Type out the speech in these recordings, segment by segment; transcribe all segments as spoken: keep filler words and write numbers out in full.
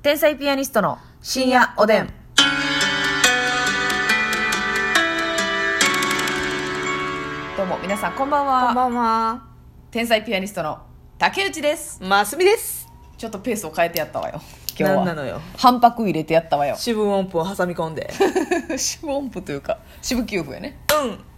天才ピアニストの深夜おでん。どうも皆さんこんばんは。 こんばんは。 天才ピアニストの竹内です。 ますみです。 ちょっとペースを変えてやったわよ今日は。 何なのよ。 反拍入れてやったわよ。 四分音符を挟み込んで四分音符というか四分九分やね。 うんうんう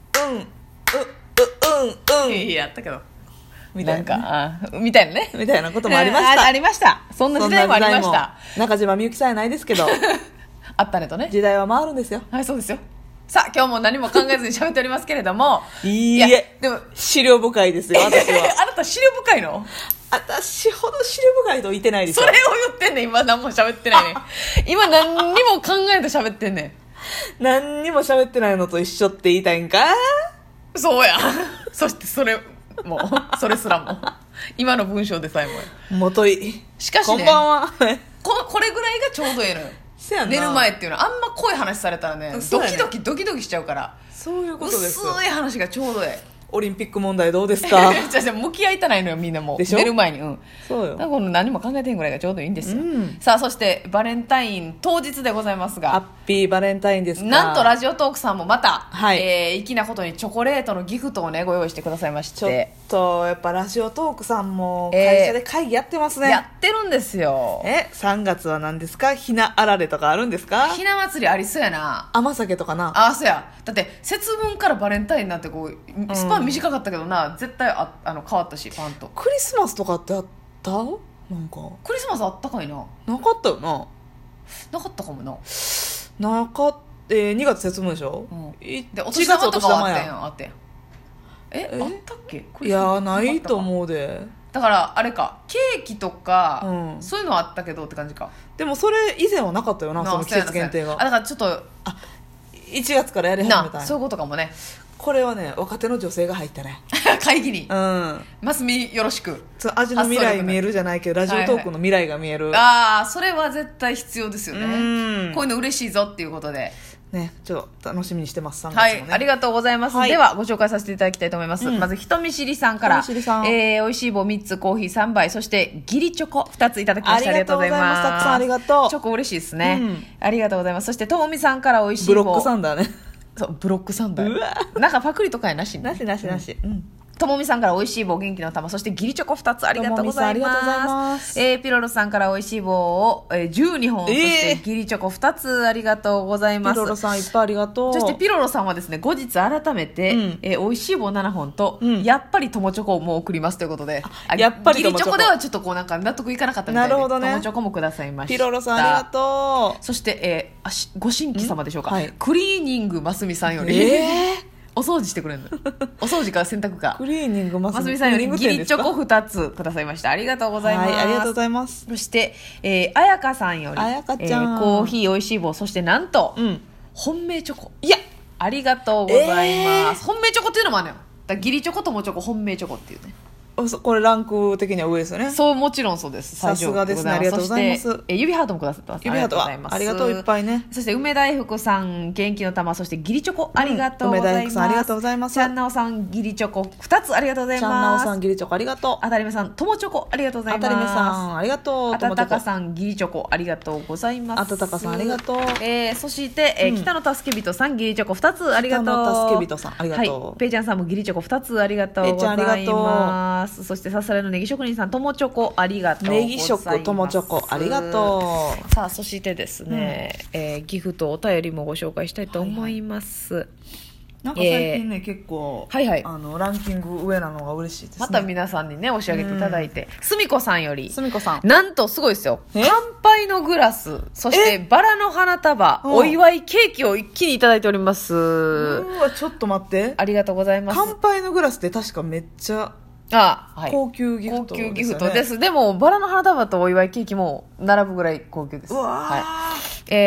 ううんうんいややったけどみたいな、ね、 なんかあみたいなねみたいなこともありました。 あ, ありました。そんな時代もありました。 中島みゆきさんやないですけどあったねとね。 時代は回るんですよ。 はい、そうですよ。さあ今日も何も考えずに喋っておりますけれどもいいえ、 でも資料深いですよ私はあなた資料深いの？ 私ほど資料深いと言ってないですよ。 それを言ってんねん。今何も喋ってないね今何にも考えて喋ってんねん何にも喋ってないのと一緒って言いたいんか？ そうやそしてそれもうそれすらも今の文章でさえももといしかしね、 こんばんはこ, これぐらいがちょうどええのよ。寝る前っていうのはあんま濃い話されたらね、ドキドキドキドキしちゃうから、 そういうことですよ。 薄い話がちょうどええ。 オリンピック問題どうですか？ じゃじゃ向き合いたないのよみんなもうでしょ？ 寝る前に。うんそうよ。 だからこの何も考えてへんぐらいがちょうどいいんですよ、 うん、 さあそしてバレンタイン当日でございますが、 ハッピーバレンタインですか？ なんとラジオトークさんもまた、 はいえー、粋なことにチョコレートのギフトをねご用意してくださいまして、 ちょっとやっぱラジオトークさんも会社で会議やってますね、 やってるんですよ。 えさんがつは何ですか？ひなあられとかあるんですか？ ひな祭りありそうやな。 甘酒とかな。 ああそうや。だって節分からバレンタインなんてこうスパン短かったけどな、うん、絶対 あ, あの変わったしパンと。 クリスマスとかってあったなんかクリスマスあったかいな。 なかったよな。 なかったかもな。 なかった、えー、にがつ節分でしょ、うん、 でお年玉とかはあってんあってんええあったっけ？ いやないと思うで。 だからあれかケーキとか、 うん、 そういうのはあったけどって感じか。 でもそれ以前はなかったよな、その季節限定が。 あだからちょっとあいちがつからやり始めたんや。 そういうことかもね。 これはね若手の女性が入ったね会議に。 うん。 ますみよろしく。 味の未来見えるじゃないけどラジオトークの未来が見える、 はいはい、ああそれは絶対必要ですよね。 うんこういうの嬉しいぞっていうことでね、ちょっと楽しみにしてます。さんがつもね、 はい、ありがとうございます、はい、ではご紹介させていただきたいと思います、うん、まず人見知りさんから、人見知りさん、えー、おいしい棒みっつコーヒーさんばいそしてギリチョコふたついただきました。ありがとうございます。 たくさんありがとう。 チョコ嬉しいですね、うん、ありがとうございます。そしてともみさんからおいしい棒ブロックサンダーね。 そうブロックサンダー。 うわなんかパクリとかやなし、ね、 なしなしなし、うん、うんともみさんからおいしい棒元気の玉そしてギリチョコふたつありがとうございます。えー、ピロロさんからおいしい棒を、えー、じゅうにほん、えー、そしてギリチョコふたつありがとうございます。 ピロロさんいっぱいありがとう。 そしてピロロさんはですね後日改めて、うんえー、おいしい棒ななほんと、うん、やっぱり友チョコをもう送りますということで、 やっぱりギリチョコではちょっとこうなんか納得いかなかったみたいで、なるほど、ね、友チョコもくださいました。 ピロロさんありがとう。 そして、えー、あしご新規様でしょうか、 はい、 クリーニングますみさんより、 えーお掃除してくれるのお掃除か洗濯かクリーニングますみさんよりギリチョコふたつくださいました。ありがとうございます、 はい、ありがとうございます。 そして、えー、あやかさんよりあやかちゃん、 えー、コーヒーおいしい棒そしてなんと、うん、本命チョコ。いやありがとうございます、えー、本命チョコっていうのもあるのよ。だギリチョコともチョコ本命チョコっていうね。 これランク的には上ですよね。 そうもちろんそうです。 さすがですね。ありがとうございます。 そしてえ指ハートもくださってます。 指ハートはありがとういっぱいね。 そして梅大福さん元気の玉そしてギリチョコありがとうございます、うん、梅大福さんありがとうございます。ちゃんなおさんギリチョコふたつありがとうございます。 ちゃんなおさんギリチョコありがとう。 あたりめさんともチョコありがとうございます。 あたりめさんありがとう。 あたたかさんギリチョコありがとうございます。 あたたかさんありがとう。 えー、そして、えーうん、北野助人さんギリチョコふたつありがとう。 北野助人さんありがとう、 はい、ペイちゃんさんもギリチョコふたつありがとうございます。そしてさすらいのネギ職人さんともチョコありがとうございます。 ネギ食ともチョコありがとう。 さあそしてですね、うんえー、ギフトお便りもご紹介したいと思います、はいはい、 なんか最近ね、えー、結構、 はいはい、 あのランキング上なのが嬉しいですね。 また皆さんにね押し上げていただいて、すみこさんよりすみこさんなんとすごいですよ。乾杯のグラスそしてバラの花束お祝いケーキを一気にいただいております。 うわちょっと待って、 ありがとうございます。 乾杯のグラスって確かめっちゃあはい、 高級ギフトですよね。 高級ギフトです。でもバラの花束とお祝いケーキも並ぶぐらい高級です。 うわ、 はい、えー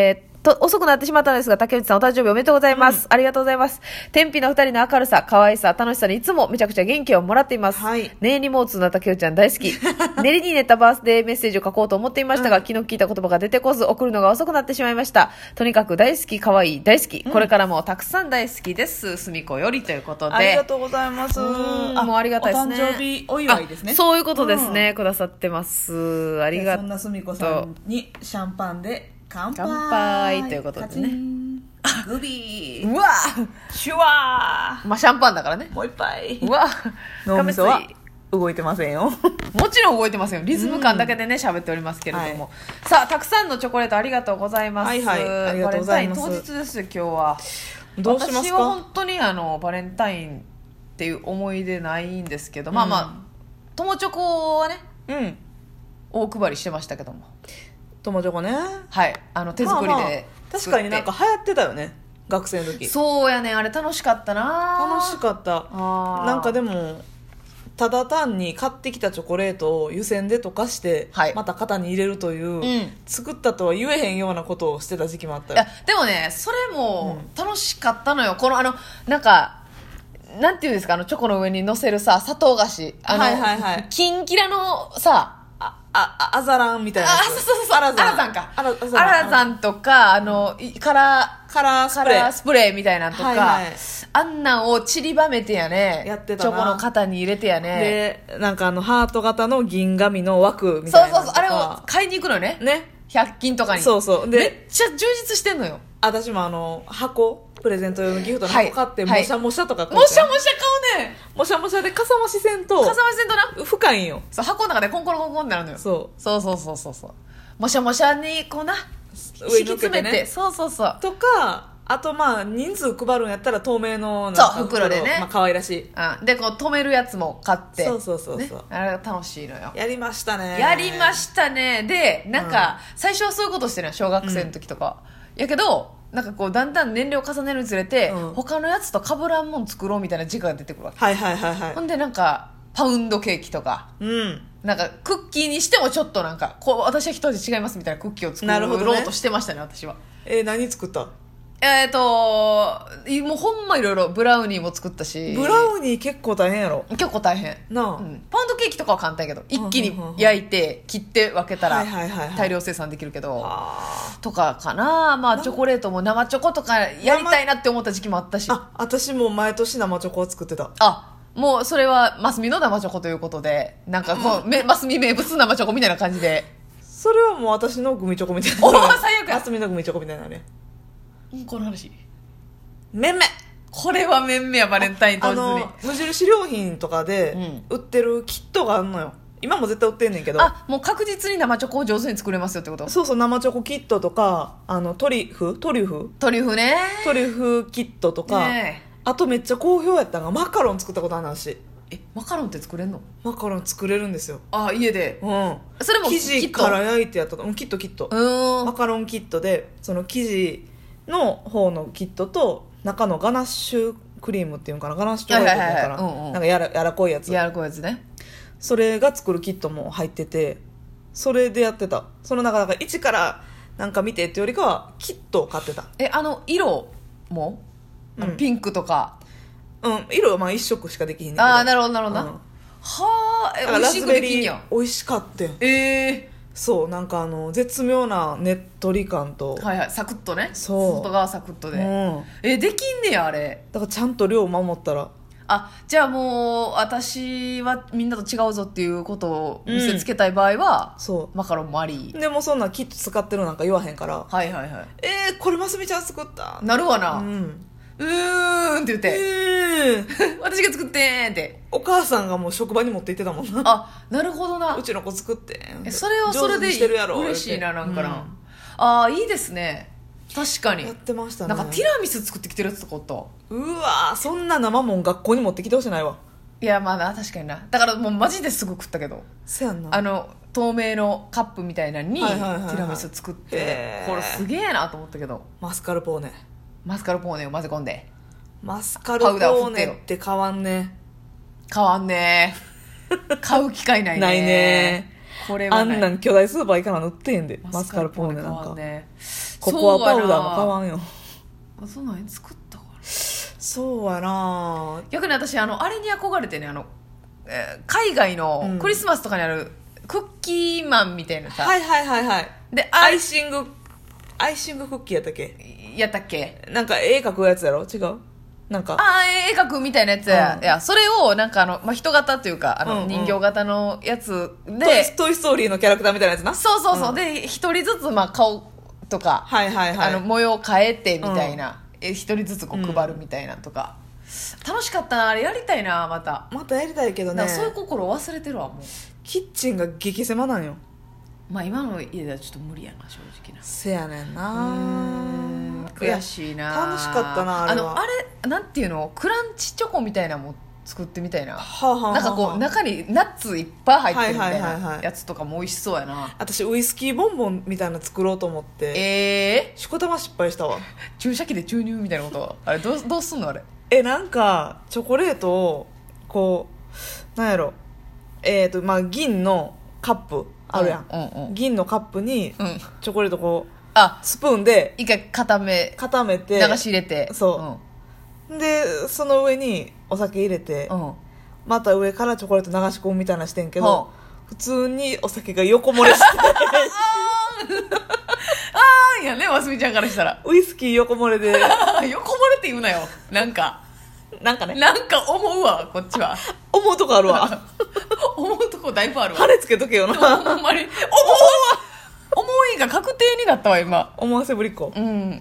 と遅くなってしまったのですが、竹内さんお誕生日おめでとうございます。うん、ありがとうございます。天日の二人の明るさ、可愛さ、楽しさにいつもめちゃくちゃ元気をもらっています。はい。ネイリモーツな竹内ちゃん大好き。練りに練ったバースデーメッセージを書こうと思っていましたが、うん、昨日聞いた言葉が出てこず、送るのが遅くなってしまいました。とにかく大好き、可愛い、大好き。うん、これからもたくさん大好きです。すみこよりということで。 ありがとうございます。 うんもうありがたいですね。 お誕生日お祝いですね。 そういうことですね。うん、くださってます。ありがとう。 そんなすみこさんにシャンパンで乾杯。 乾杯ということでね。 グビー。うわシュワーまあシャンパンだからね。 もう一杯。 うわ脳みそは動いてませんよ。 もちろん動いてますよ。リズム感だけでね、喋っておりますけれども。はい、さあ、たくさんのチョコレートありがとうございます。 はいはい。ありがとうございます。 バレンタイン当日ですよ、今日は。 どうしますか？ 私は本当にあの、バレンタインっていう思い出ないんですけど、うん、まあまあ、友チョコはね、 うん。 大配りしてましたけども。 友チョコね。 はい。あの、手作りで、まあまあ。 確かになんか流行ってたよね。学生の時。 そうやね。あれ楽しかったな。 楽しかった。なんかでも、ただ単に買ってきたチョコレートを湯煎で溶かして、はい、また型に入れるという、うん、作ったとは言えへんようなことをしてた時期もあったよ。 いやでもね、それも楽しかったのよ。このあのなんかなんていうんですか、あのチョコの上に乗せるさ砂糖菓子、あの、はいはいはい、キンキラのさああアザランみたいなやつ。 あそうそうそうアラザンアラザンかアラザンアラザンとかあのカラーカラースプレースプレーみたいなのとか、はいはい、あんなんを散りばめてやね、 やってたな、 チョコの型に入れてやね、 でなんかあのハート型の銀紙の枠みたいなのとか、 そうそうそう、あれを買いに行くのよね、 ね、 ひゃく均とかに。 そうそうでめっちゃ充実してんのよ。 私もあの箱プレゼント用のギフトの箱買って、はい、もしゃもしゃとか買う、 もしゃもしゃ買うね。 もしゃもしゃでかさ増しせんとかさ増しせんとな深いんよ。 そう、箱の中でコンコロコンコンってなるのよ。 そうそうそうそうそうそう、もしゃもしゃにこうな敷き詰めて、ね、そうそうそうとか、あとまあ人数配るんやったら透明のなんかそう袋でね、 まあ可愛らしい、 うん、でこう止めるやつも買って、 そうそうそうそう、 ね、あれが楽しいのよ。 やりましたねやりましたね。でなんか、うん、最初はそういうことしてるの小学生の時とか、うん、やけどなんかこうだんだん年齢を重ねるにつれて、うん、他のやつと被らんもん作ろうみたいな時間が出てくるわけ。 はいはいはいはい。 ほんでなんかパウンドケーキとか、 うん、 なんかクッキーにしてもちょっとなんかこう私は一味違いますみたいなクッキーを作ろうとしてましたね、私は。 えー、何作った？ えーともうほんまいろいろブラウニーも作ったし。 ブラウニー結構大変やろ。 結構大変なあ、 うん、パウンドケーキとかは簡単やけど一気に焼いて切って分けたら大量生産できるけど、とかかな。まあチョコレートも生チョコとかやりたいなって思った時期もあったし、 あ、私も毎年生チョコを作ってた。 あ、もうそれはマスミの生チョコということで、なんかこう、うん、マスミ名物生チョコみたいな感じで。 それはもう私のグミチョコみたいな。 おー最悪や。 マスミのグミチョコみたいなね。 この話めんめこれはめんめや。バレンタイン当日にあの無印良品とかで売ってるキットがあるのよ。今も絶対売ってんねんけど、 あ、もう確実に生チョコを上手に作れますよってこと？ そうそう、生チョコキットとか、あのトリュフトリュフトリュフね、 トリュフキットとか、ね、あとめっちゃ好評やったのがマカロン作ったことあるし。 え、マカロンって作れんの？ マカロン作れるんですよ。 あ、家で。 うん。 それも生地から焼いてやったの。キットキット。 うん。 マカロンキットで、その生地の方のキットと中のガナッシュクリームっていうのかな、ガナッシュチョコレートっていうのかな、なんかやらやらこいやつ、 やらこいやつね。 それが作るキットも入ってて、それでやってた。そのなかなか一からなんか見てってよりかはキットを買ってた。 え、あの色も、うん、ピンクとか、 うん、色はまあ一色しかできひんねんけど。 ああ、なるほどなるほど、うん、はあ、え、美味しくできんや。 美味しかったよ。 ええー、 そう、なんかあの絶妙なねっとり感と、 はいはい、サクッとね、 そう外側サクッとで、 うん、 え、できんねやあれ。 だからちゃんと量を守ったら、 あ、じゃあもう私はみんなと違うぞっていうことを見せつけたい場合は、うん、そうマカロンもありでも、そんなキット使ってるなんか言わへんから、 はいはいはい、 えー、これますみちゃん作ったなるわな、 うん、 うーんって言って、うーん私が作ってんってお母さんがもう職場に持って行ってたもんな。 あ、なるほどな、 うちの子作ってん、 それはそれで嬉しいな、なんかな、うん、ああ、いいですね。確かにやってましたね。 なんかティラミス作ってきてるやつとかおった。 うわ、そんな生もん学校に持ってきてほしないわ。 いや、まあな、確かにな。だからもうマジですぐ食ったけど、 せやんな、 あの透明のカップみたいなのにティラミス作って、これすげえなと思ったけど。 マスカルポーネマスカルポーネを混ぜ込んで、 マスカルポーネって変わんね。 変わんね買う機会ないね。 ないね。 これはない。 あんなん巨大スーパー行かな売ってんで、マスカルポーネなんか。 ね、 ココアパウダーも買わんよ。 あ、そうなんや、作ったから。 そうやな。 逆に私あのあれに憧れてね、あの、えー、海外のクリスマスとかにある、うん、クッキーマンみたいなさ、 はいはいはいはい、 でアイシングアイシングクッキーやったっけやったっけ、 なんか絵描くやつやろ、違う、なんかああ絵描くみたいなやつや、うん、いやそれをなんかあの、まあ、人型というかあの、うんうん、人形型のやつでトイストーリーのキャラクターみたいなやつな、 そうそうそう、うん、で一人ずつまあ顔とか、 はいはいはい、 あの模様変えてみたいな、うん、一人ずつこう配るみたいなとか、うん、楽しかったな、あれやりたいな、またまたやりたいけどね、 そういう心忘れてるわ。もうキッチンが激狭なんよ。 まあ今の家ではちょっと無理やな、正直な。 せやねんな、うーん、悔しいな。 楽しかったな、あれは。 あのあれなんていうの、クランチチョコみたいなのも作ってみたいな、 はあはあはあ、 なんかこう中にナッツいっぱい入ってるみたいなやつとかも美味しそうやな、はいはいはいはい、 私ウイスキーボンボンみたいなの作ろうと思って、 えー、しこたま失敗したわ。 注射器で注入みたいなことはあれどう、どうすんのあれ。 え、なんかチョコレートをこうなんやろ、えーとまあ、銀のカップあるやん、うんうんうん、銀のカップにチョコレートこう、あスプーンで一回固め固めて流し入れて、 そう、うん、でその上にお酒入れて、うん、また上からチョコレート流し込むみたいなしてんけど、うん、普通にお酒が横漏れしてあーいやね、ますみちゃんからしたらウイスキー横漏れで横漏れって言うなよ、なんかなんかね、 なんか思うわ、こっちは思うとこあるわ思うとこだいぶあるわ。 羽つけとけよなほんまに思うわ、思いが確定になったわ今。 思わせぶりっ子、 うん、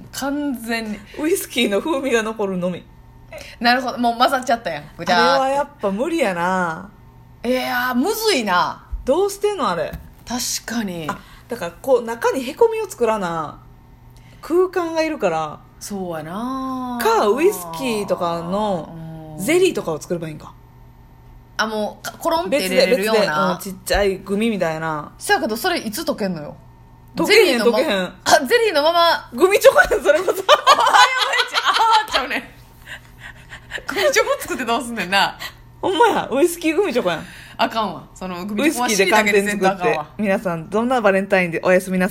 完全にウイスキーの風味が残るのみ。 なるほど、もう混ざっちゃったやん。 あれはやっぱ無理やな。 いやむずいな。 どうしてんのあれ。 確かに。 あ、だからこう中にへこみを作らな空間がいるから。 そうやな。 かウイスキーとかのゼリーとかを作ればいいんか。 あ、もうコロンって入れれるような別で別で、 うん、ちっちゃいグミみたいな。 そうやけどそれいつ溶けんのよ。 溶けへん溶けへん。 あ、ゼリーのままグミチョコやん、それこそ。あーやばいちあーちゃうねん。グミチョコ作ってどうすんねんな。 ほんまや、ウイスキーグミチョコやん。 あかんわ、そのグミチョコはウイスキーで寒天作って。皆さんどんなバレンタインでおやすみなさい。